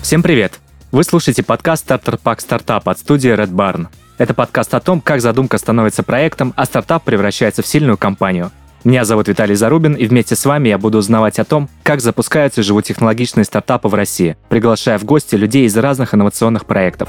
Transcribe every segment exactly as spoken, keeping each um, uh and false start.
Всем привет! Вы слушаете подкаст «Стартер Пак Стартап» от студии Red Barn. Это подкаст о том, как задумка становится проектом, а стартап превращается в сильную компанию. Меня зовут Виталий Зарубин, и вместе с вами я буду узнавать о том, как запускаются и живут технологичные стартапы в России, приглашая в гости людей из разных инновационных проектов.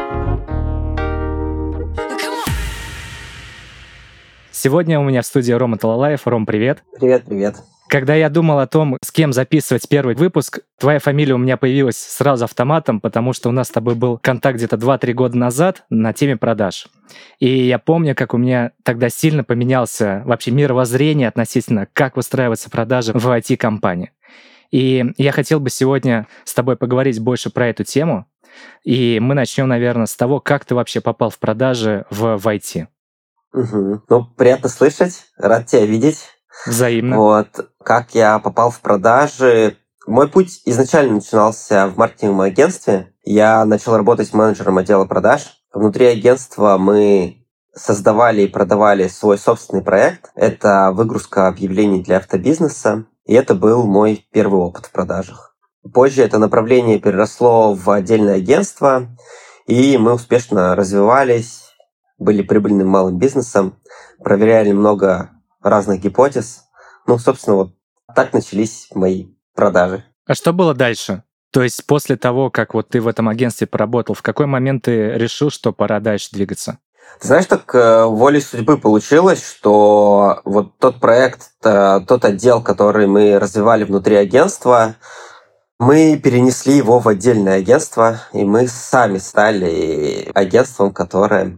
Сегодня у меня в студии Рома Талалаев. Ром, привет. Привет, привет. Когда я думал о том, с кем записывать первый выпуск, твоя фамилия у меня появилась сразу автоматом, потому что у нас с тобой был контакт где-то два-три года назад на теме продаж. И я помню, как у меня тогда сильно поменялся вообще мировоззрение относительно, как выстраиваются продажи в ай ти-компании. И я хотел бы сегодня с тобой поговорить больше про эту тему. И мы начнем, наверное, с того, как ты вообще попал в продажи в, в ай ти. Угу. Ну, приятно слышать, рад тебя видеть. Взаимно. Вот, как я попал в продажи. Мой путь изначально начинался в маркетинговом агентстве. Я начал работать менеджером отдела продаж. Внутри агентства мы создавали и продавали свой собственный проект. Это выгрузка объявлений для автобизнеса. И это был мой первый опыт в продажах. Позже это направление переросло в отдельное агентство, и мы успешно развивались, были прибыльным малым бизнесом, проверяли много разных гипотез. Ну, собственно, вот так начались мои продажи. А что было дальше? То есть после того, как вот ты в этом агентстве поработал, в какой момент ты решил, что пора дальше двигаться? Ты знаешь, так волей судьбы получилось, что вот тот проект, тот отдел, который мы развивали внутри агентства, мы перенесли его в отдельное агентство, и мы сами стали агентством, которое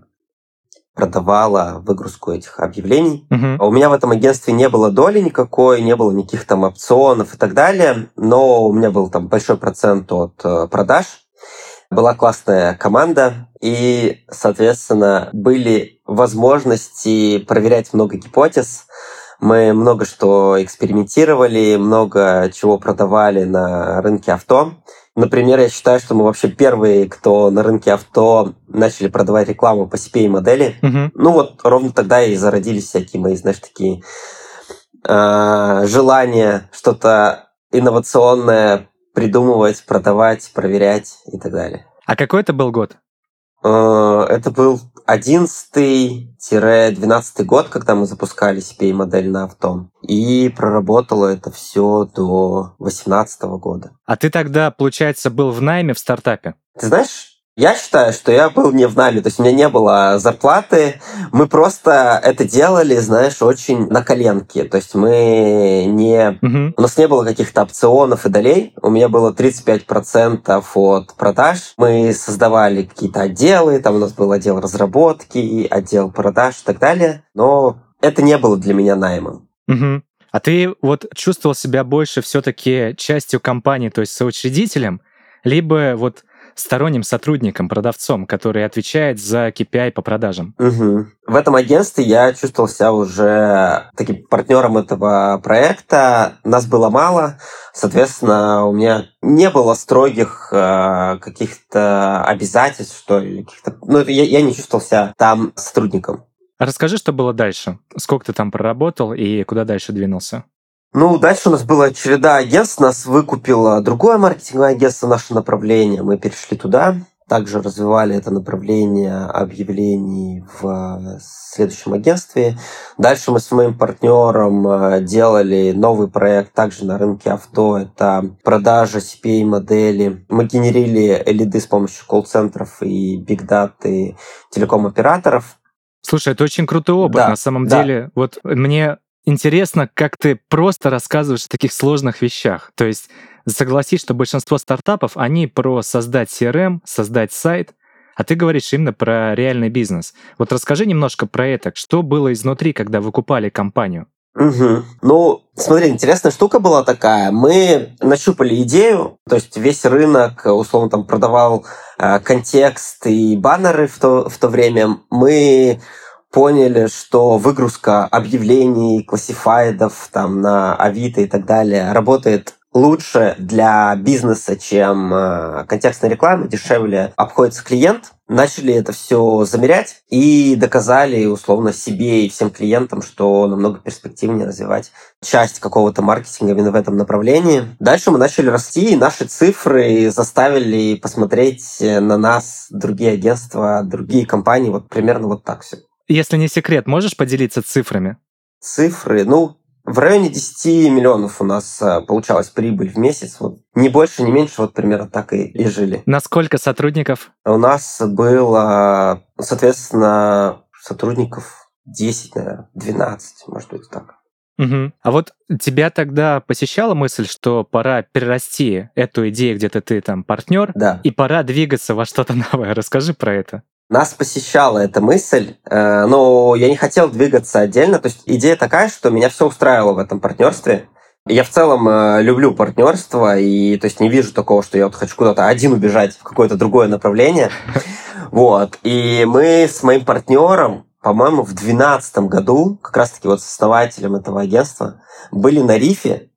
продавала выгрузку этих объявлений. Uh-huh. У меня в этом агентстве не было доли никакой, не было никаких там опционов и так далее, но у меня был там большой процент от э, продаж. Была классная команда, и, соответственно, были возможности проверять много гипотез. Мы много что экспериментировали, много чего продавали на рынке авто. Например, я считаю, что мы вообще первые, кто на рынке авто начали продавать рекламу по си пи эй-модели. Uh-huh. Ну вот ровно тогда и зародились всякие мои, знаешь, такие э, желания что-то инновационное придумывать, продавать, проверять и так далее. А какой это был год? Э, это был одиннадцатый-двенадцатый год, когда мы запускали си пи эй-модель на авто. И проработало это все до восемнадцатого года. А ты тогда, получается, был в найме в стартапе? Ты знаешь, я считаю, что я был не в найме, то есть у меня не было зарплаты, мы просто это делали, знаешь, очень на коленке, то есть мы не... Uh-huh. У нас не было каких-то опционов и долей, у меня было тридцать пять процентов от продаж, мы создавали какие-то отделы, там у нас был отдел разработки, отдел продаж и так далее, но это не было для меня наймом. Uh-huh. А ты вот чувствовал себя больше все-таки частью компании, то есть соучредителем, либо вот сторонним сотрудником, продавцом, который отвечает за кей пи ай по продажам? Угу. В этом агентстве я чувствовал себя уже таким партнером этого проекта. Нас было мало, соответственно, у меня не было строгих э, каких-то обязательств, что ли. Каких-то... Ну, я, я не чувствовал себя там сотрудником. А расскажи, что было дальше? Сколько ты там проработал и куда дальше двинулся? Ну, дальше у нас была череда агентств, нас выкупило другое маркетинговое агентство, наше направление, мы перешли туда, также развивали это направление объявлений в следующем агентстве. Дальше мы с моим партнером делали новый проект также на рынке авто, это продажа си пи эй-модели. Мы генерили лиды с помощью колл-центров и биг-даты телеком-операторов. Слушай, это очень крутой опыт, да, на самом да. деле. Вот мне интересно, как ты просто рассказываешь о таких сложных вещах. То есть согласись, что большинство стартапов, они про создать си эр эм, создать сайт, а ты говоришь именно про реальный бизнес. Вот расскажи немножко про это. Что было изнутри, когда выкупали компанию? Угу. Ну, смотри, интересная штука была такая. Мы нащупали идею, то есть весь рынок, условно, там продавал э, контекст и баннеры в то, в то время. Мы поняли, что выгрузка объявлений, классифайдов там на Авито и так далее работает лучше для бизнеса, чем э, контекстная реклама, дешевле обходится клиент. начали это все замерять и доказали условно себе и всем клиентам, что намного перспективнее развивать часть какого-то маркетинга именно в этом направлении. Дальше мы начали расти, и наши цифры заставили посмотреть на нас другие агентства, другие компании. Вот примерно вот так все. Если не секрет, можешь поделиться цифрами? Цифры, ну, в районе десять миллионов у нас получалась прибыль в месяц. Вот. Не больше, не меньше, вот примерно так и, и жили. На сколько сотрудников? У нас было, соответственно, сотрудников десять, наверное, двенадцать, может быть, так. Угу. А вот тебя тогда посещала мысль, что пора перерасти эту идею, где-то ты там партнер, да. и пора двигаться во что-то новое? Расскажи про это. Нас посещала эта мысль, но я не хотел двигаться отдельно. То есть идея такая, что меня все устраивало в этом партнерстве. Я в целом люблю партнерство, и то есть не вижу такого, что я вот хочу куда-то один убежать в какое-то другое направление. Вот. И мы с моим партнером, по-моему, в две тысячи двенадцатом году, как раз-таки вот с основателем этого агентства, были на Рифе.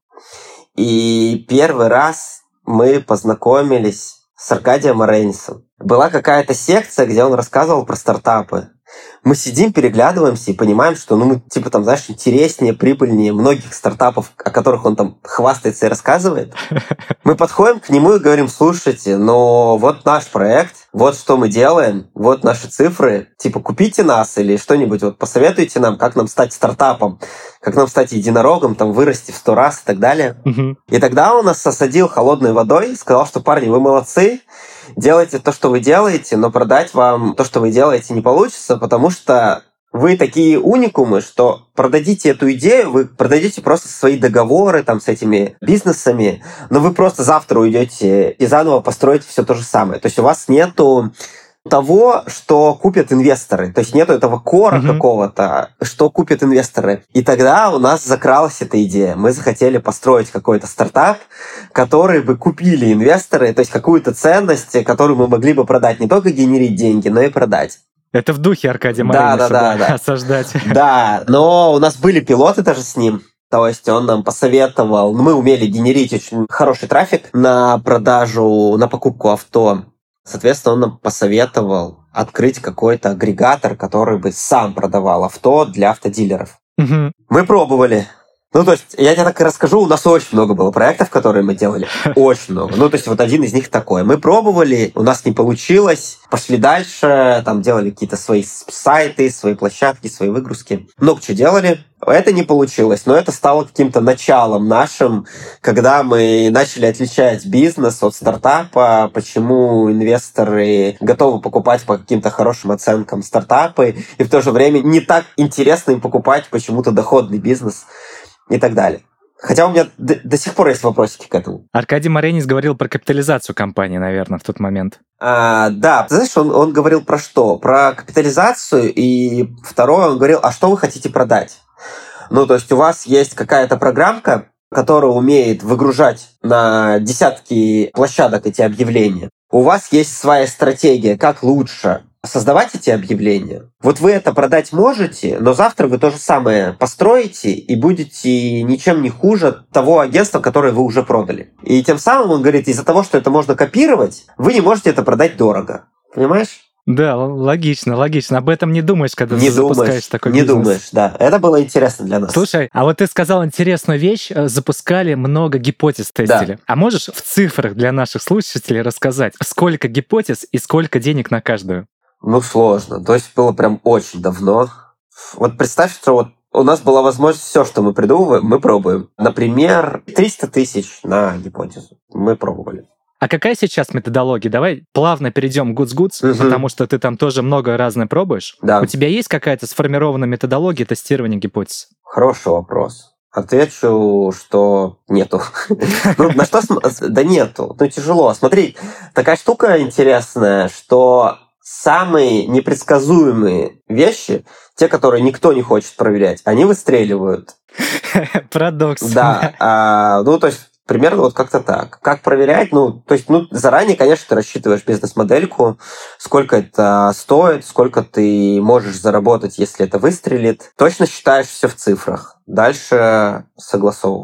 И первый раз мы познакомились с Аркадием Аренисом. Была какая-то секция, где он рассказывал про стартапы. Мы сидим, переглядываемся и понимаем, что, ну, мы, типа, там, знаешь, интереснее, прибыльнее многих стартапов, о которых он там хвастается и рассказывает. Мы подходим к нему и говорим: слушайте, ну, вот наш проект, вот что мы делаем, вот наши цифры, типа, купите нас или что-нибудь, вот посоветуйте нам, как нам стать стартапом, как нам стать единорогом, там, вырасти в сто раз и так далее. Uh-huh. И тогда он нас осадил холодной водой, сказал, что, парни, вы молодцы, делайте то, что вы делаете, но продать вам то, что вы делаете, не получится, потому что вы такие уникумы, что продадите эту идею, вы продадите просто свои договоры там, с этими бизнесами, но вы просто завтра уйдете и заново построите все то же самое. То есть у вас нету того, что купят инвесторы. То есть нету этого кора mm-hmm. какого-то, что купят инвесторы. И тогда у нас закралась эта идея. Мы захотели построить какой-то стартап, который бы купили инвесторы, то есть какую-то ценность, которую мы могли бы продать, не только генерить деньги, но и продать. Это в духе Аркадия Мариниса, да, да, да, да. осаждать. Да, но у нас были пилоты даже с ним. То есть он нам посоветовал, мы умели генерить очень хороший трафик на продажу, на покупку авто. Соответственно, он нам посоветовал открыть какой-то агрегатор, который бы сам продавал авто для автодилеров. Угу. Мы пробовали. Ну, то есть, я тебе так и расскажу, у нас очень много было проектов, которые мы делали. Очень много. Ну, то есть, вот один из них такой. Мы пробовали, у нас не получилось, пошли дальше, там делали какие-то свои сайты, свои площадки, свои выгрузки. Много чего делали. Это не получилось, но это стало каким-то началом нашим, когда мы начали отличать бизнес от стартапа, почему инвесторы готовы покупать по каким-то хорошим оценкам стартапы, и в то же время не так интересно им покупать почему-то доходный бизнес и так далее. Хотя у меня до, до сих пор есть вопросики к этому. Аркадий Маринис говорил про капитализацию компании, наверное, в тот момент. А, да, ты знаешь, он, он говорил про что? Про капитализацию, и второе, он говорил, а что вы хотите продать? Ну, то есть у вас есть какая-то программка, которая умеет выгружать на десятки площадок эти объявления. У вас есть своя стратегия, как лучше создавать эти объявления. Вот вы это продать можете, но завтра вы то же самое построите и будете ничем не хуже того агентства, которое вы уже продали. И тем самым, он говорит, из-за того, что это можно копировать, вы не можете это продать дорого. Понимаешь? Да, логично, логично. Об этом не думаешь, когда не ты думаешь, запускаешь такой не бизнес. Не думаешь, да. Это было интересно для нас. Слушай, а вот ты сказал интересную вещь. Запускали много гипотез, тестили. Да. А можешь в цифрах для наших слушателей рассказать, сколько гипотез и сколько денег на каждую? Ну, сложно. То есть было прям очень давно. Вот представь, что вот у нас была возможность все, что мы придумываем, мы пробуем. Например, триста тысяч на гипотезу. Мы пробовали. А какая сейчас методология? Давай плавно перейдем к Goods-Goods, угу. потому что ты там тоже много разное пробуешь. Да. У тебя есть какая-то сформированная методология тестирования гипотез? Хороший вопрос. Отвечу, что нету. Ну, на что... Да нету. Ну, тяжело. Смотри, такая штука интересная, что самые непредсказуемые вещи, те, которые никто не хочет проверять, они выстреливают. Парадокс. Да. А, ну, то есть, примерно вот как-то так. Как проверять? Ну, то есть, ну, заранее, конечно, ты рассчитываешь бизнес-модельку, сколько это стоит, сколько ты можешь заработать, если это выстрелит. Точно считаешь все в цифрах. Дальше согласовываешь.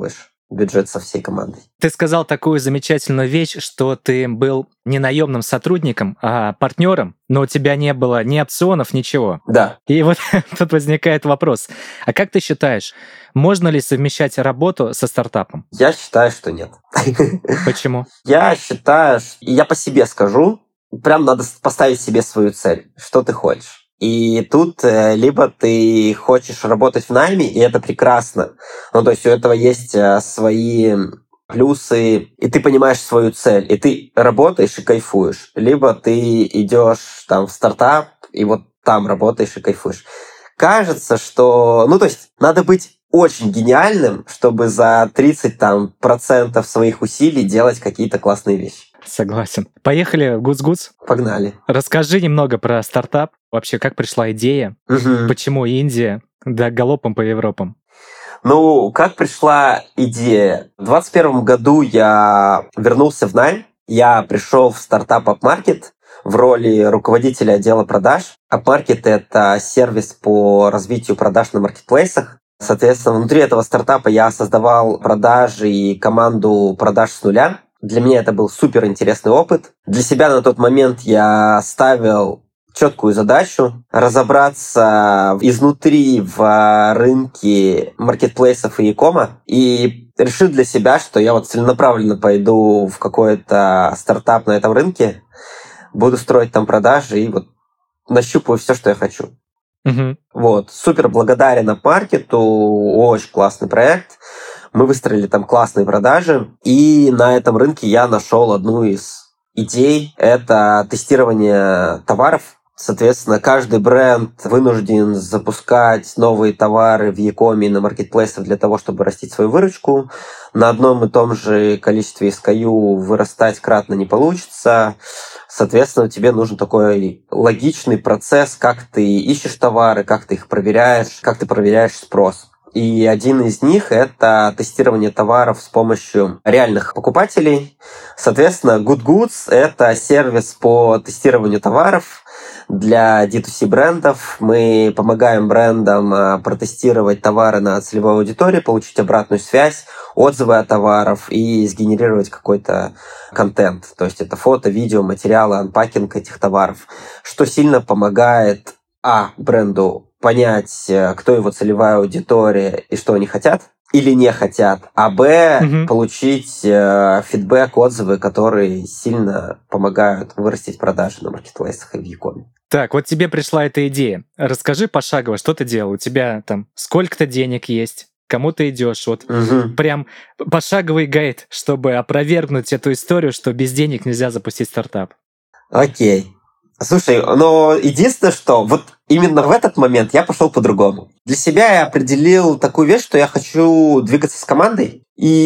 бюджет со всей командой. Ты сказал такую замечательную вещь, что ты был не наемным сотрудником, а партнером, но у тебя не было ни опционов, ничего. Да. И вот тут возникает вопрос. А как ты считаешь, можно ли совмещать работу со стартапом? Я считаю, что нет. Почему? Я считаю, я по себе скажу, прям надо поставить себе свою цель, что ты хочешь. И тут э, либо ты хочешь работать в найме, и это прекрасно. Ну, то есть у этого есть э, свои плюсы, и ты понимаешь свою цель, и ты работаешь и кайфуешь. Либо ты идешь там в стартап, и вот там работаешь и кайфуешь. Кажется, что... Ну, то есть надо быть очень гениальным, чтобы за тридцать там, процентов своих усилий делать какие-то классные вещи. Согласен. Поехали в Гуц-Гуц. Погнали. Расскажи немного про стартап. Вообще, как пришла идея? Угу. Почему Индия? Да галопом по Европам. Ну, как пришла идея? В двадцать первом году я вернулся в найм. Я пришел в стартап AppMarket в роли руководителя отдела продаж. AppMarket — это сервис по развитию продаж на маркетплейсах. Соответственно, внутри этого стартапа я создавал продажи и команду продаж с нуля. Для меня это был супер интересный опыт. Для себя на тот момент я ставил четкую задачу разобраться изнутри в рынке маркетплейсов и e-кома и решил для себя, что я вот целенаправленно пойду в какой-то стартап на этом рынке, буду строить там продажи и вот нащупаю все, что я хочу. Угу. Вот. Супер благодарен AppMarket, очень классный проект. Мы выстроили там классные продажи, и на этом рынке я нашел одну из идей. Это тестирование товаров. Соответственно, каждый бренд вынужден запускать новые товары в e-коме и на маркетплейсах для того, чтобы растить свою выручку. На одном и том же количестве эс кей ю вырастать кратно не получится. Соответственно, тебе нужен такой логичный процесс, как ты ищешь товары, как ты их проверяешь, как ты проверяешь спрос. И один из них — это тестирование товаров с помощью реальных покупателей. Соответственно, Good-Goods — это сервис по тестированию товаров для ди ту си брендов. Мы помогаем брендам протестировать товары на целевой аудитории, получить обратную связь, отзывы о товарах и сгенерировать какой-то контент. То есть это фото, видео, материалы, анпакинг этих товаров, что сильно помогает а. бренду понять, кто его целевая аудитория и что они хотят или не хотят, а б. Угу. получить э, фидбэк, отзывы, которые сильно помогают вырастить продажи на маркетплейсах и в e-коме. Так, вот тебе пришла эта идея. Расскажи пошагово, что ты делал? У тебя там сколько-то денег есть? Кому ты идешь? Вот Угу. прям пошаговый гайд, чтобы опровергнуть эту историю, что без денег нельзя запустить стартап. Окей. Слушай, но единственное, что вот именно в этот момент я пошел по-другому. Для себя я определил такую вещь, что я хочу двигаться с командой,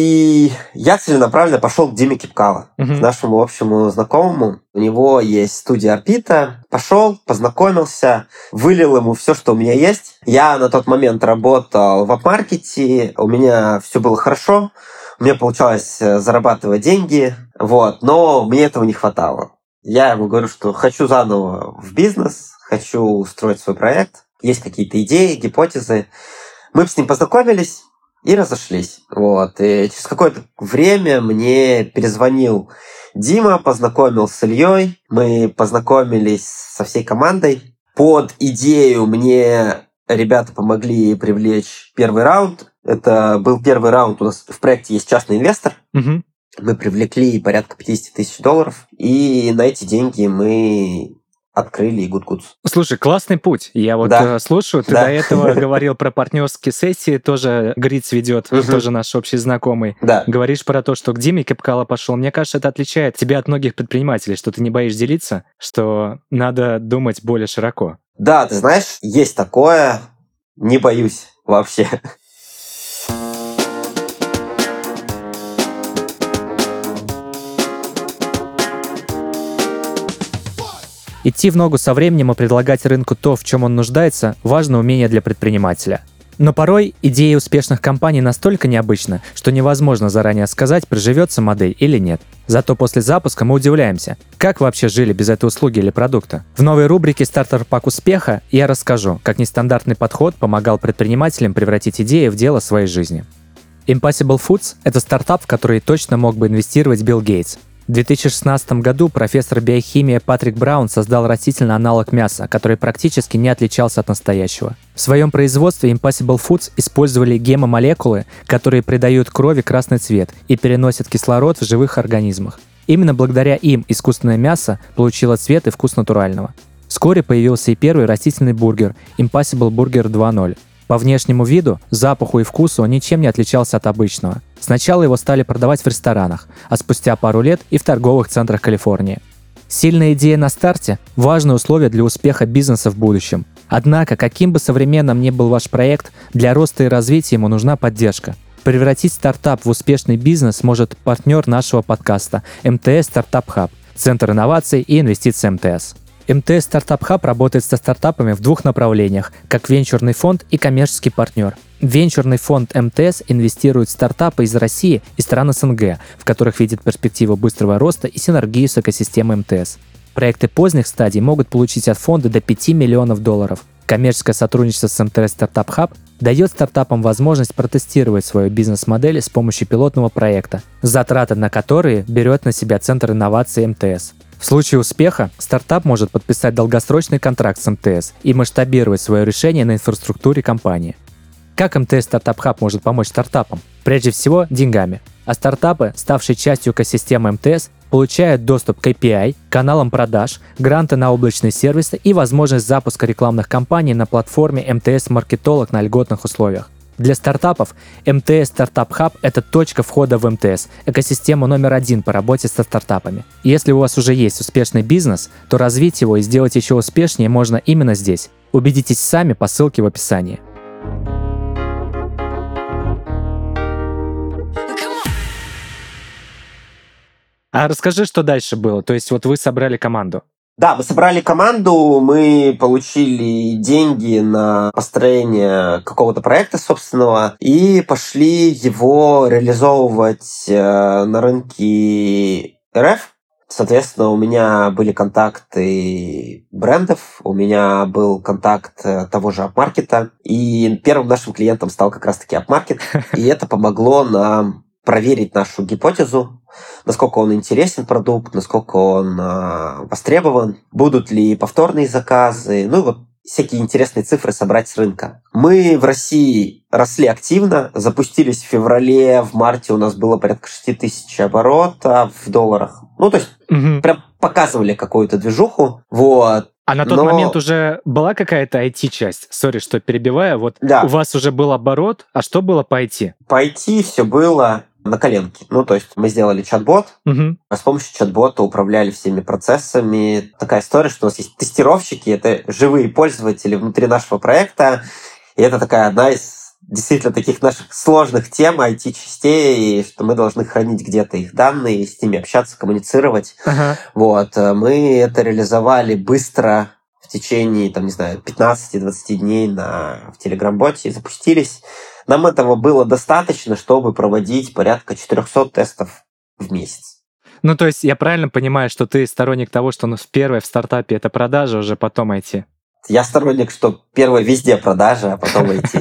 и я целенаправленно пошел к Диме Кипкало, Угу. к нашему общему знакомому. У него есть студия Орбита. Пошел, познакомился, вылил ему все, что у меня есть. Я на тот момент работал в AppMarket, у меня все было хорошо, у меня получалось зарабатывать деньги, вот, но мне этого не хватало. Я ему говорю, что хочу заново в бизнес, хочу устроить свой проект, есть какие-то идеи, гипотезы. Мы с ним познакомились и разошлись. Вот. И через какое-то время мне перезвонил Дима, познакомил с Ильей, мы познакомились со всей командой. Под идею мне ребята помогли привлечь первый раунд. Это был первый раунд, у нас в проекте есть частный инвестор. Угу. Мы привлекли порядка пятьдесят тысяч долларов, и на эти деньги мы открыли Good-Goods. Слушай, классный путь. Я вот Да. э, слушаю, ты Да. до этого говорил про партнерские сессии, тоже Гриц ведет, Мгм. тоже наш общий знакомый. Да. Говоришь про то, что к Диме Кипкало пошел. Мне кажется, это отличает тебя от многих предпринимателей, что ты не боишься делиться, что надо думать более широко. Да, ты знаешь, есть такое, не боюсь вообще. Идти в ногу со временем и предлагать рынку то, в чем он нуждается, важное умение для предпринимателя. Но порой идея успешных компаний настолько необычна, что невозможно заранее сказать, приживется модель или нет. Зато после запуска мы удивляемся, как вообще жили без этой услуги или продукта. В новой рубрике «Стартер-пак успеха» я расскажу, как нестандартный подход помогал предпринимателям превратить идеи в дело своей жизни. Impossible Foods — это стартап, в который точно мог бы инвестировать Билл Гейтс. В две тысячи шестнадцатом году профессор биохимии Патрик Браун создал растительный аналог мяса, который практически не отличался от настоящего. В своем производстве Impossible Foods использовали гемомолекулы, которые придают крови красный цвет и переносят кислород в живых организмах. Именно благодаря им искусственное мясо получило цвет и вкус натурального. Вскоре появился и первый растительный бургер Impossible Burger два ноль. По внешнему виду, запаху и вкусу он ничем не отличался от обычного. Сначала его стали продавать в ресторанах, а спустя пару лет и в торговых центрах Калифорнии. Сильная идея на старте – важное условие для успеха бизнеса в будущем. Однако, каким бы современным ни был ваш проект, для роста и развития ему нужна поддержка. Превратить стартап в успешный бизнес может партнер нашего подкаста эм тэ эс Startup Hub, Центр инноваций и инвестиций эм тэ эс. эм тэ эс Startup Hub работает со стартапами в двух направлениях, как венчурный фонд и коммерческий партнер. Венчурный фонд эм тэ эс инвестирует в стартапы из России и стран эс эн гэ, в которых видит перспективу быстрого роста и синергию с экосистемой эм тэ эс. Проекты поздних стадий могут получить от фонда до пяти миллионов долларов. Коммерческое сотрудничество с эм тэ эс Startup Hub дает стартапам возможность протестировать свою бизнес-модель с помощью пилотного проекта, затраты на которые берет на себя Центр инноваций эм тэ эс. В случае успеха стартап может подписать долгосрочный контракт с эм тэ эс и масштабировать свое решение на инфраструктуре компании. Как эм тэ эс Startup Hub может помочь стартапам? Прежде всего, деньгами. А стартапы, ставшие частью экосистемы эм тэ эс, получают доступ к эй пи ай, каналам продаж, гранты на облачные сервисы и возможность запуска рекламных кампаний на платформе эм тэ эс Маркетолог на льготных условиях. Для стартапов эм тэ эс Startup Hub – это точка входа в эм тэ эс, экосистема номер один по работе со стартапами. Если у вас уже есть успешный бизнес, то развить его и сделать еще успешнее можно именно здесь. Убедитесь сами по ссылке в описании. А расскажи, что дальше было. То есть вот вы собрали команду. Да, мы собрали команду, мы получили деньги на построение какого-то проекта собственного и пошли его реализовывать на рынке эр эф. Соответственно, у меня были контакты брендов, у меня был контакт того же Апмаркета, и первым нашим клиентом стал как раз-таки Апмаркет, и это помогло нам проверить нашу гипотезу, насколько он интересен продукт, насколько он э, востребован, будут ли повторные заказы, ну и вот всякие интересные цифры собрать с рынка. Мы в России росли активно, запустились в феврале, в марте у нас было порядка шесть тысяч оборота в долларах. Ну, то есть угу. прям показывали какую-то движуху. Вот. А на тот Но... момент уже была какая-то ай ти-часть? Сори, что перебиваю. Вот да. У вас уже был оборот, а что было по ай ти? По ай ти все было на коленке. Ну, то есть мы сделали чат-бот, угу. а с помощью чат-бота управляли всеми процессами. Такая история, что у нас есть тестировщики, это живые пользователи внутри нашего проекта, и это такая одна из действительно таких наших сложных тем ай ти-частей, что мы должны хранить где-то их данные, с ними общаться, коммуницировать. Ага. Вот. Мы это реализовали быстро в течение, там, не знаю, пятнадцать-двадцать дней на, в Telegram-боте и запустились. Нам этого было достаточно, чтобы проводить порядка четыреста тестов в месяц. Ну, то есть я правильно понимаю, что ты сторонник того, что ну, первое в стартапе — это продажа, уже потом ай ти? Я сторонник, что первое везде продажа, а потом ай ти.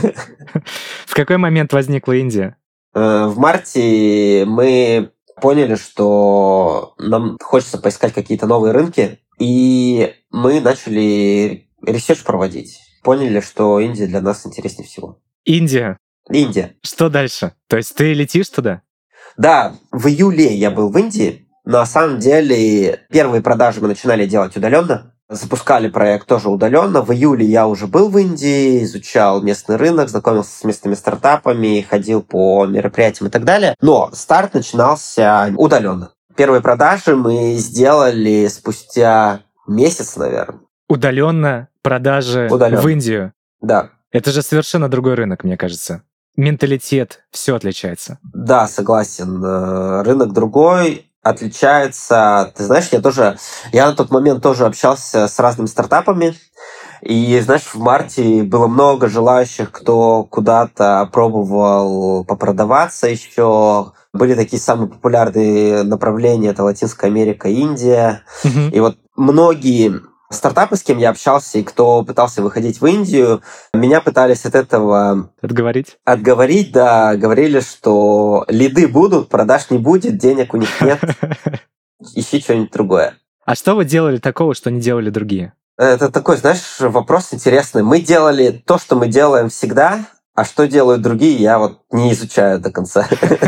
В какой момент возникла Индия? В марте мы поняли, что нам хочется поискать какие-то новые рынки, и мы начали ресерч проводить. Поняли, что Индия для нас интереснее всего. Индия? Индия. Что дальше? То есть ты летишь туда? Да, в июле я был в Индии. На самом деле первые продажи мы начинали делать удаленно. Запускали проект тоже удаленно. В июле я уже был в Индии, изучал местный рынок, знакомился с местными стартапами, ходил по мероприятиям и так далее. Но старт начинался удаленно. Первые продажи мы сделали спустя месяц, наверное. Удаленно продажи удаленно. В Индию? Да. Это же совершенно другой рынок, мне кажется. Менталитет, все отличается. Да, согласен. Рынок другой. Отличается. Ты знаешь, я тоже, я на тот момент тоже общался с разными стартапами, и, знаешь, в марте было много желающих, кто куда-то пробовал попродаваться еще. Были такие самые популярные направления, это Латинская Америка, Индия. Mm-hmm. И вот многие Стартапы, с кем я общался, и кто пытался выходить в Индию, меня пытались от этого... Отговорить? Отговорить, да. Говорили, что лиды будут, продаж не будет, денег у них нет. Ищи что-нибудь другое. А что вы делали такого, что не делали другие? Это такой, знаешь, вопрос интересный. Мы делали то, что мы делаем всегда, а что делают другие, я вот не изучаю до конца.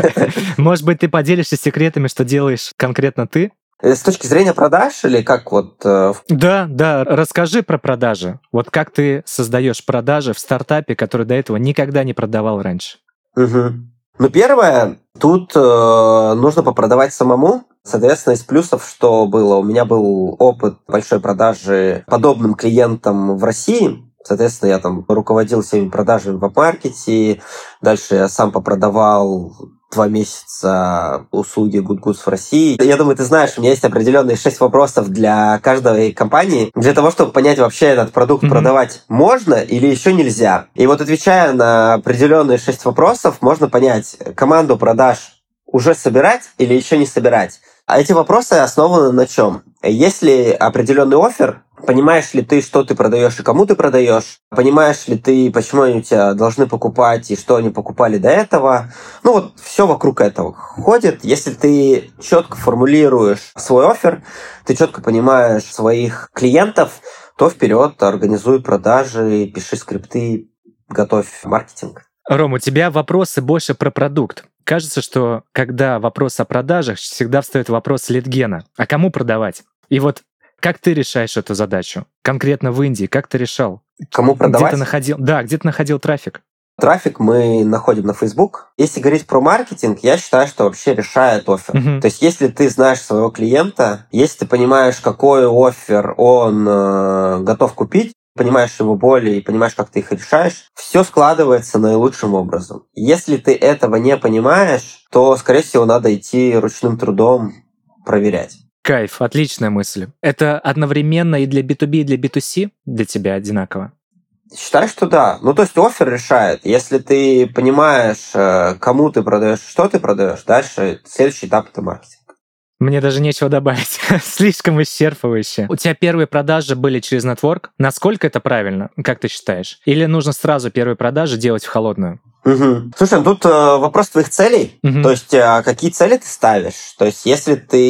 Может быть, ты поделишься секретами, что делаешь конкретно ты? С точки зрения продаж или как вот... Э... Да, да, расскажи про продажи. Вот как ты создаешь продажи в стартапе, который до этого никогда не продавал раньше? Угу. Ну, первое, тут э, нужно попродавать самому. Соответственно, из плюсов, что было, у меня был опыт большой продажи подобным клиентам в России. Соответственно, я там руководил всеми продажами в веб-маркете. Дальше я сам попродавал два месяца услуги Good Goods в России. Я думаю, ты знаешь, у меня есть определенные шесть вопросов для каждой компании, для того, чтобы понять, вообще этот продукт mm-hmm. продавать можно или еще нельзя. И вот отвечая на определенные шесть вопросов, можно понять, команду продаж уже собирать или еще не собирать. А эти вопросы основаны на чем? Если определенный оффер, понимаешь ли ты, что ты продаешь и кому ты продаешь? Понимаешь ли ты, почему они у тебя должны покупать и что они покупали до этого? Ну вот все вокруг этого ходит. Если ты четко формулируешь свой оффер, ты четко понимаешь своих клиентов, то вперед, организуй продажи, пиши скрипты, готовь маркетинг. Ром, у тебя вопросы больше про продукт. Кажется, что когда вопрос о продажах, всегда встает вопрос лид-гена. А кому продавать? И вот как ты решаешь эту задачу? Конкретно в Индии, как ты решал? Кому продавать? Где ты находил, да, где ты находил трафик? Трафик мы находим на Facebook. Если говорить про маркетинг, я считаю, что вообще решает оффер. Uh-huh. То есть, если ты знаешь своего клиента, если ты понимаешь, какой оффер он э, готов купить, понимаешь его боли и понимаешь, как ты их решаешь, все складывается наилучшим образом. Если ты этого не понимаешь, то, скорее всего, надо идти ручным трудом проверять. Кайф, отличная мысль. Это одновременно и для би ту би, и для би ту си для тебя одинаково? Считаю, что да. Ну, то есть оффер решает. Если ты понимаешь, кому ты продаешь, что ты продаешь, дальше следующий этап — это маркетинг. Мне даже нечего добавить. Слишком исчерпывающе. У тебя первые продажи были через нетворк. Насколько это правильно, как ты считаешь? Или нужно сразу первые продажи делать в холодную? Угу. Слушай, ну тут э, вопрос твоих целей. Угу. То есть, э, какие цели ты ставишь? То есть, если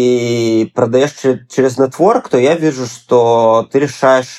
ты продаешь через, через нетворк, то я вижу, что ты решаешь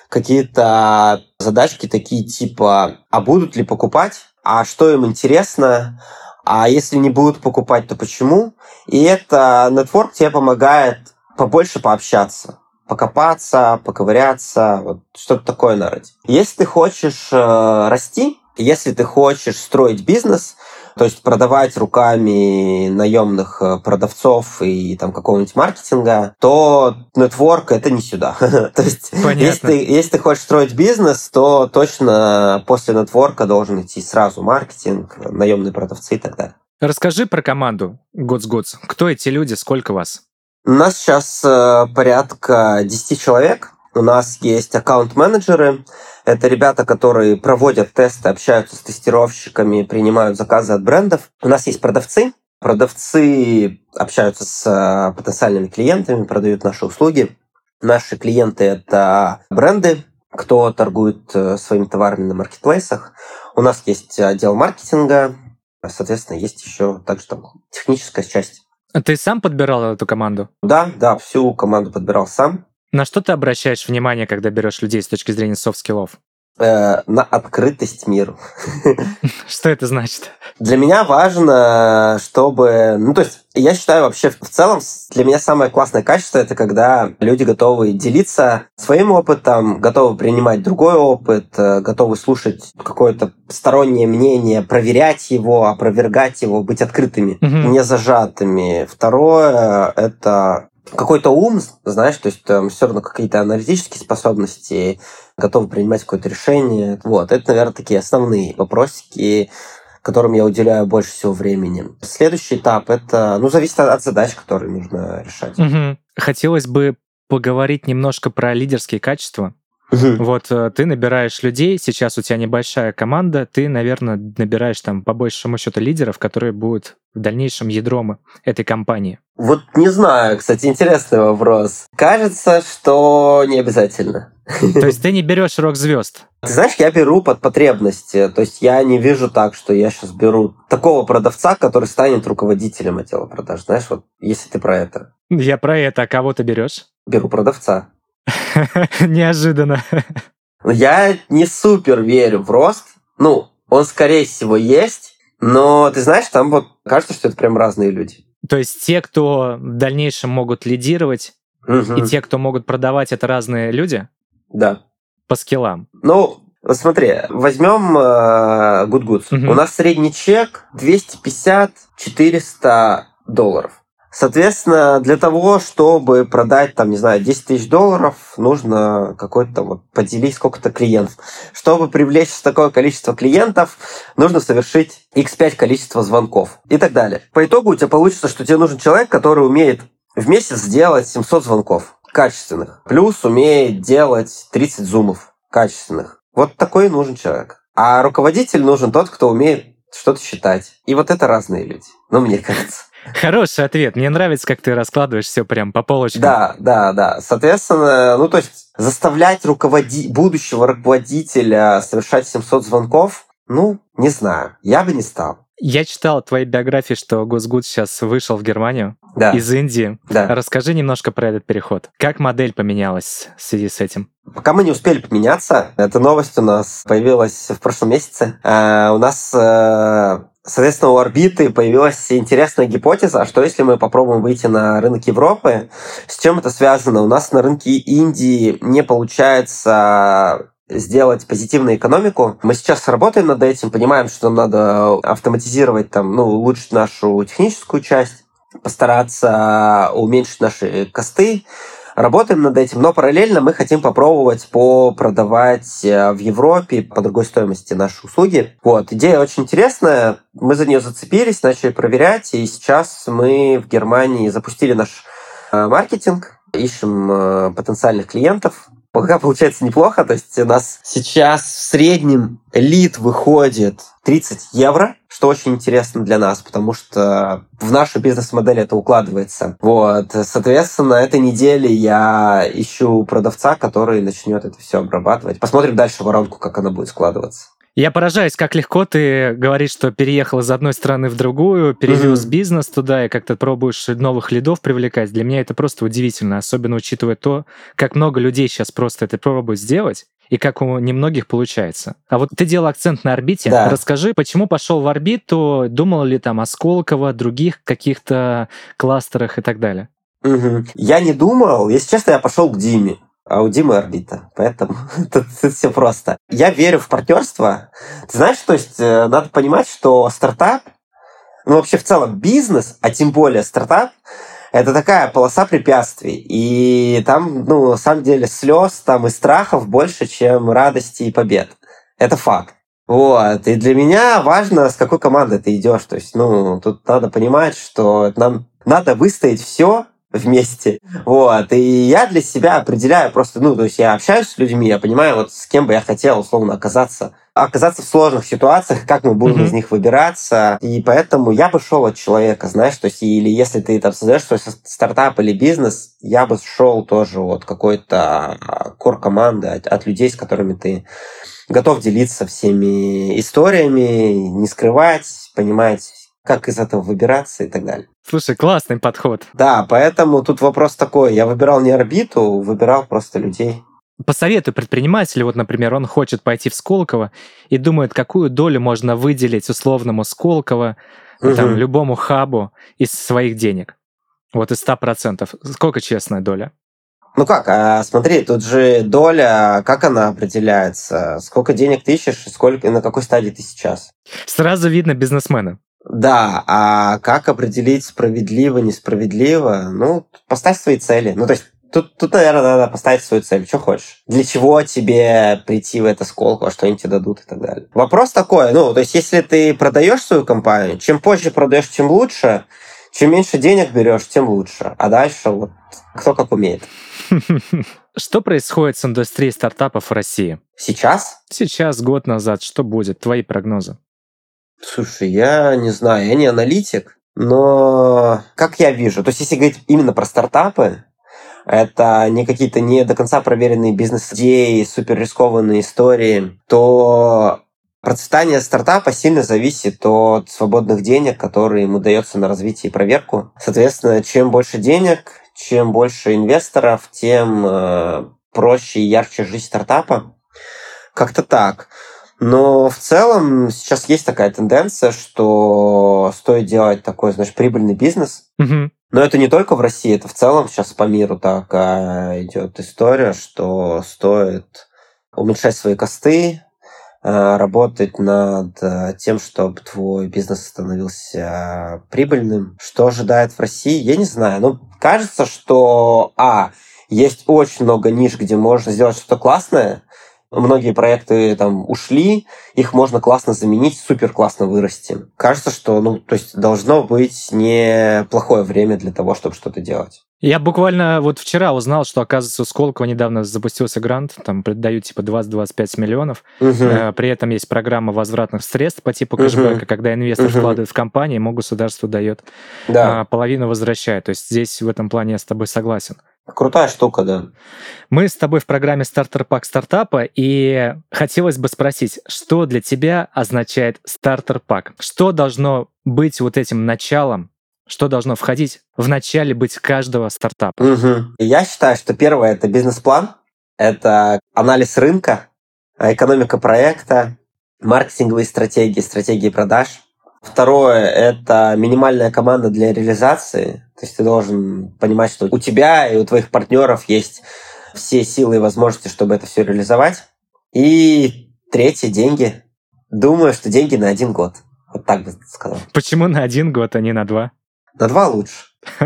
какие-то задачки такие типа, а будут ли покупать? А что им интересно? А если не будут покупать, то почему? И это нетворк тебе помогает побольше пообщаться, покопаться, поковыряться, вот что-то такое нарыть. Если ты хочешь э, расти, если ты хочешь строить бизнес, то есть продавать руками наемных продавцов и там какого-нибудь маркетинга, то нетворк — это не сюда. То есть если ты, если ты хочешь строить бизнес, то точно после нетворка должен идти сразу маркетинг, наемные продавцы и так далее. Расскажи про команду Goods Goods. Кто эти люди, сколько вас? У нас сейчас э, порядка десять человек. У нас есть аккаунт-менеджеры. Это ребята, которые проводят тесты, общаются с тестировщиками, принимают заказы от брендов. У нас есть продавцы. Продавцы общаются с потенциальными клиентами, продают наши услуги. Наши клиенты — это бренды, кто торгует своими товарами на маркетплейсах. У нас есть отдел маркетинга. Соответственно, есть еще также там техническая часть. Ты сам подбирал эту команду? Да, да, всю команду подбирал сам. На что ты обращаешь внимание, когда берешь людей с точки зрения софт-скиллов? Э, на открытость миру. Что это значит? Для меня важно, чтобы... Ну, то есть, я считаю вообще, в целом, для меня самое классное качество — это когда люди готовы делиться своим опытом, готовы принимать другой опыт, готовы слушать какое-то стороннее мнение, проверять его, опровергать его, быть открытыми, угу. не зажатыми. Второе — это... какой-то ум, знаешь, то есть там все равно какие-то аналитические способности, готовы принимать какое-то решение. Вот, это, наверное, такие основные вопросики, которым я уделяю больше всего времени. Следующий этап — это, ну, зависит от задач, которые нужно решать. Угу. Хотелось бы поговорить немножко про лидерские качества. Мгм. Вот э, ты набираешь людей, сейчас у тебя небольшая команда, ты, наверное, набираешь там по большему счету лидеров, которые будут в дальнейшем ядром этой компании. Вот не знаю, кстати, интересный вопрос. Кажется, что не обязательно. То есть ты не берешь рок-звезд. Ты знаешь, я беру под потребности. То есть я не вижу так, что я сейчас беру такого продавца, который станет руководителем отдела продаж. Знаешь, вот если ты про это. Я про это, а кого ты берешь? Беру продавца. Неожиданно. Я не супер верю в рост. Ну, он, скорее всего, есть. Но, ты знаешь, там вот кажется, что это прям разные люди. То есть те, кто в дальнейшем могут лидировать, Мгм. и те, кто могут продавать, это разные люди Да. по скиллам. Ну, вот смотри, возьмем э, Good Goods. Мгм. У нас средний чек двести пятьдесят - четыреста долларов. Соответственно, для того, чтобы продать, там, не знаю, десять тысяч долларов, нужно какой-то вот поделить сколько-то клиентов. Чтобы привлечь такое количество клиентов, нужно совершить икс пять количество звонков и так далее. По итогу у тебя получится, что тебе нужен человек, который умеет в месяц сделать семьсот звонков качественных, плюс умеет делать тридцать зумов качественных. Вот такой и нужен человек. А руководитель нужен тот, кто умеет что-то считать. И вот это разные люди, ну, мне кажется. Хороший ответ. Мне нравится, как ты раскладываешь все прям по полочкам. Да, да, да. Соответственно, ну, то есть заставлять руководи... будущего руководителя совершать семьсот звонков, ну, не знаю, я бы не стал. Я читал в твоей биографии, что Госгуд сейчас вышел в Германию Да. из Индии. Да. Расскажи немножко про этот переход. Как модель поменялась в связи с этим? Пока мы не успели поменяться, эта новость у нас появилась в прошлом месяце. А, у нас, э, соответственно, у Орбиты появилась интересная гипотеза, а что если мы попробуем выйти на рынок Европы? С чем это связано? У нас на рынке Индии не получается сделать позитивную экономику. Мы сейчас работаем над этим, понимаем, что нам надо автоматизировать, там, ну, улучшить нашу техническую часть, постараться уменьшить наши косты. Работаем над этим, но параллельно мы хотим попробовать попродавать в Европе по другой стоимости наши услуги. Вот, идея очень интересная, мы за нее зацепились, начали проверять, и сейчас мы в Германии запустили наш маркетинг, ищем потенциальных клиентов. Пока получается неплохо, то есть у нас сейчас в среднем лид выходит тридцать евро, что очень интересно для нас, потому что в нашу бизнес-модель это укладывается. Вот, соответственно, на этой неделе я ищу продавца, который начнет это все обрабатывать. Посмотрим дальше воронку, как она будет складываться. Я поражаюсь, как легко ты говоришь, что переехал из одной страны в другую, перевез mm-hmm. бизнес туда и как-то пробуешь новых лидов привлекать. Для меня это просто удивительно, особенно учитывая то, как много людей сейчас просто это пробуют сделать и как у немногих получается. А вот ты делал акцент на Орбите. Да. Расскажи, почему пошел в Орбиту, думал ли там о Сколково, других каких-то кластерах и так далее? Mm-hmm. Я не думал. Если честно, я пошел к Диме. А у Димы Орбита, поэтому тут, тут все просто. Я верю в партнерство. Ты знаешь, то есть надо понимать, что стартап, ну вообще в целом бизнес, а тем более стартап, это такая полоса препятствий. И там, ну, на самом деле, слез там и страхов больше, чем радости и побед. Это факт. Вот. И для меня важно, с какой командой ты идешь. То есть, ну, тут надо понимать, что нам надо выстоять все вместе. Вот. И я для себя определяю просто, ну, то есть я общаюсь с людьми, я понимаю, вот с кем бы я хотел, условно, оказаться. Оказаться в сложных ситуациях, как мы будем mm-hmm. из них выбираться. И поэтому я бы шел от человека, знаешь, то есть, или если ты там создаешь свой стартап или бизнес, я бы шел тоже от какой-то кор-команды, от, от людей, с которыми ты готов делиться всеми историями, не скрывать, понимать, как из этого выбираться и так далее. Слушай, классный подход. Да, поэтому тут вопрос такой. Я выбирал не Орбиту, выбирал просто людей. Посоветуй предпринимателю, вот, например, он хочет пойти в Сколково и думает, какую долю можно выделить условному Сколково, угу. там, любому хабу из своих денег. Вот из ста процентов. Сколько честная доля? Ну как, а, смотри, тут же доля, как она определяется? Сколько денег ты ищешь и сколько, на какой стадии ты сейчас? Сразу видно бизнесмена. Да, а как определить справедливо, несправедливо? Ну, поставь свои цели. Ну, то есть тут, тут, наверное, надо поставить свою цель. Что хочешь? Для чего тебе прийти в это Сколково, что они тебе дадут и так далее. Вопрос такой, ну, то есть если ты продаешь свою компанию, чем позже продаешь, тем лучше. Чем меньше денег берешь, тем лучше. А дальше вот кто как умеет. Что происходит с индустрией стартапов в России? Сейчас? Сейчас, год назад, что будет? Твои прогнозы? Слушай, я не знаю, я не аналитик, но как я вижу, то есть если говорить именно про стартапы, это не какие-то не до конца проверенные бизнес-идеи, супер рискованные истории, то процветание стартапа сильно зависит от свободных денег, которые ему дается на развитие и проверку. Соответственно, чем больше денег, чем больше инвесторов, тем э, проще и ярче жизнь стартапа. Как-то так. Но в целом сейчас есть такая тенденция, что стоит делать такой, знаешь, прибыльный бизнес. Угу. Но это не только в России, это в целом сейчас по миру такая идет история, что стоит уменьшать свои косты, работать над тем, чтобы твой бизнес становился прибыльным. Что ожидает в России, я не знаю. Ну, кажется, что, а, есть очень много ниш, где можно сделать что-то классное. Многие проекты там ушли, их можно классно заменить, супер классно вырасти. Кажется, что, ну, то есть должно быть неплохое время для того, чтобы что-то делать. Я буквально вот вчера узнал, что, оказывается, у Сколково недавно запустился грант, там дают типа двадцать-двадцать пять миллионов, Угу. при этом есть программа возвратных средств по типу кэшбэка, угу. когда инвестор угу. вкладывает в компанию, ему государство дает, да. половину возвращает. То есть здесь в этом плане я с тобой согласен. Крутая штука, да. Мы с тобой в программе «Стартер-пак стартапа», и хотелось бы спросить, что для тебя означает стартер-пак? Что должно быть вот этим началом, что должно входить в начале быть каждого стартапа? Угу. Я считаю, что первое — это бизнес-план, это анализ рынка, экономика проекта, маркетинговые стратегии, стратегии продаж. Второе — это минимальная команда для реализации. То есть ты должен понимать, что у тебя и у твоих партнеров есть все силы и возможности, чтобы это все реализовать. И третье — деньги. Думаю, что деньги на один год. Вот так бы сказал. Почему на один год, а не на два? На два лучше.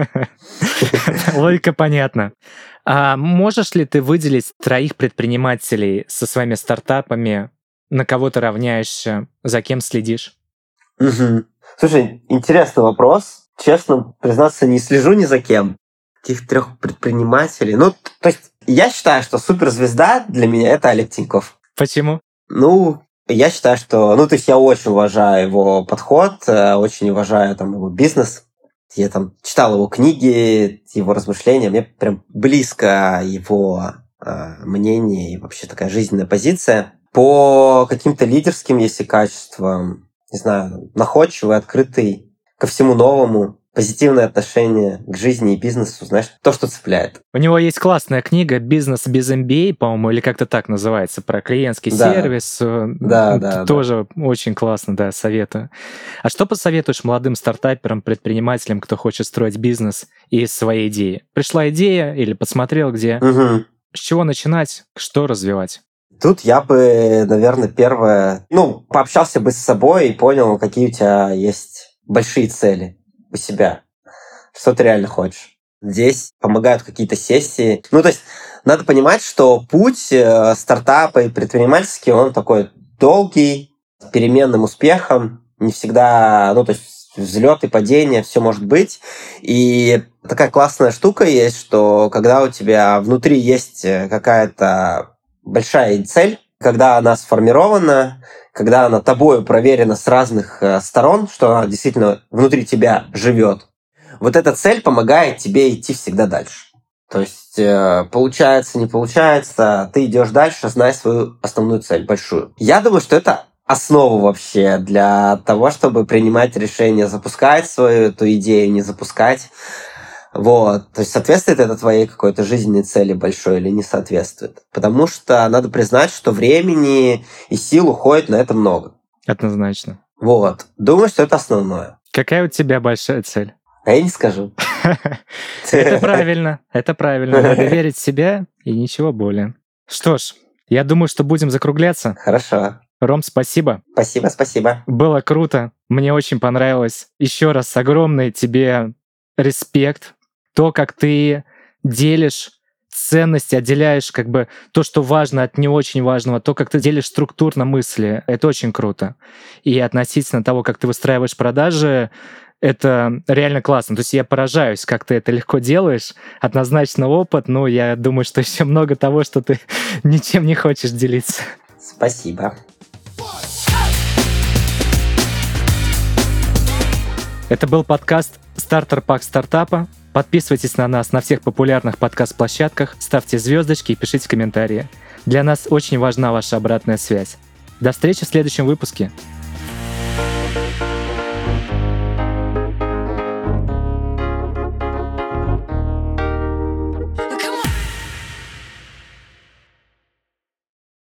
Логика понятна. А можешь ли ты выделить троих предпринимателей со своими стартапами, на кого ты равняешься, за кем следишь? Угу. Слушай, интересный вопрос. Честно признаться, не слежу ни за кем. Таких трех предпринимателей. Ну, то есть, я считаю, что суперзвезда для меня — это Олег Тиньков. Почему? Ну, я считаю, что... Ну, то есть, я очень уважаю его подход, очень уважаю там его бизнес. Я там читал его книги, его размышления. Мне прям близко его э, мнение и вообще такая жизненная позиция. По каким-то лидерским, если качествам, не знаю, находчивый, открытый ко всему новому, позитивное отношение к жизни и бизнесу, знаешь, то, что цепляет. У него есть классная книга «Бизнес без эм би эй», по-моему, или как-то так называется, про клиентский да. сервис. Да, да, тоже да. очень классно, да, советую. А что посоветуешь молодым стартаперам, предпринимателям, кто хочет строить бизнес из своей идеи? Пришла идея или подсмотрел где? Угу. С чего начинать? Что развивать? Тут я бы, наверное, первое... Ну, пообщался бы с собой и понял, какие у тебя есть большие цели у себя. Что ты реально хочешь. Здесь помогают какие-то сессии. Ну, то есть надо понимать, что путь э, стартапа и предпринимательский, он такой долгий, с переменным успехом. Не всегда... Ну, то есть взлет и падение, все может быть. И такая классная штука есть, что когда у тебя внутри есть какая-то большая цель, когда она сформирована, когда она тобой проверена с разных сторон, что она действительно внутри тебя живет, вот эта цель помогает тебе идти всегда дальше. То есть получается, не получается, ты идешь дальше, зная свою основную цель, большую. Я думаю, что это основа вообще для того, чтобы принимать решение, запускать свою эту идею, не запускать. Вот. То есть соответствует это твоей какой-то жизненной цели большой или не соответствует? Потому что надо признать, что времени и сил уходит на это много. Однозначно. Вот. Думаю, что это основное. Какая у тебя большая цель? А я не скажу. Это правильно, это правильно. Надо верить в себя и ничего более. Что ж, я думаю, что будем закругляться. Хорошо. Ром, спасибо. Спасибо, спасибо. Было круто. Мне очень понравилось. Еще раз огромный тебе респект. То, как ты делишь ценности, отделяешь как бы то, что важно от не очень важного, то, как ты делишь структурно мысли, это очень круто. И относительно того, как ты выстраиваешь продажи, Это реально классно. То есть я поражаюсь, как ты это легко делаешь. Однозначно опыт, но я думаю, что еще много того, что ты ничем не хочешь делиться. Спасибо. Это был подкаст «Стартер-пак стартапа». Подписывайтесь на нас на всех популярных подкаст-площадках, ставьте звездочки и пишите комментарии. Для нас очень важна ваша обратная связь. До встречи в следующем выпуске.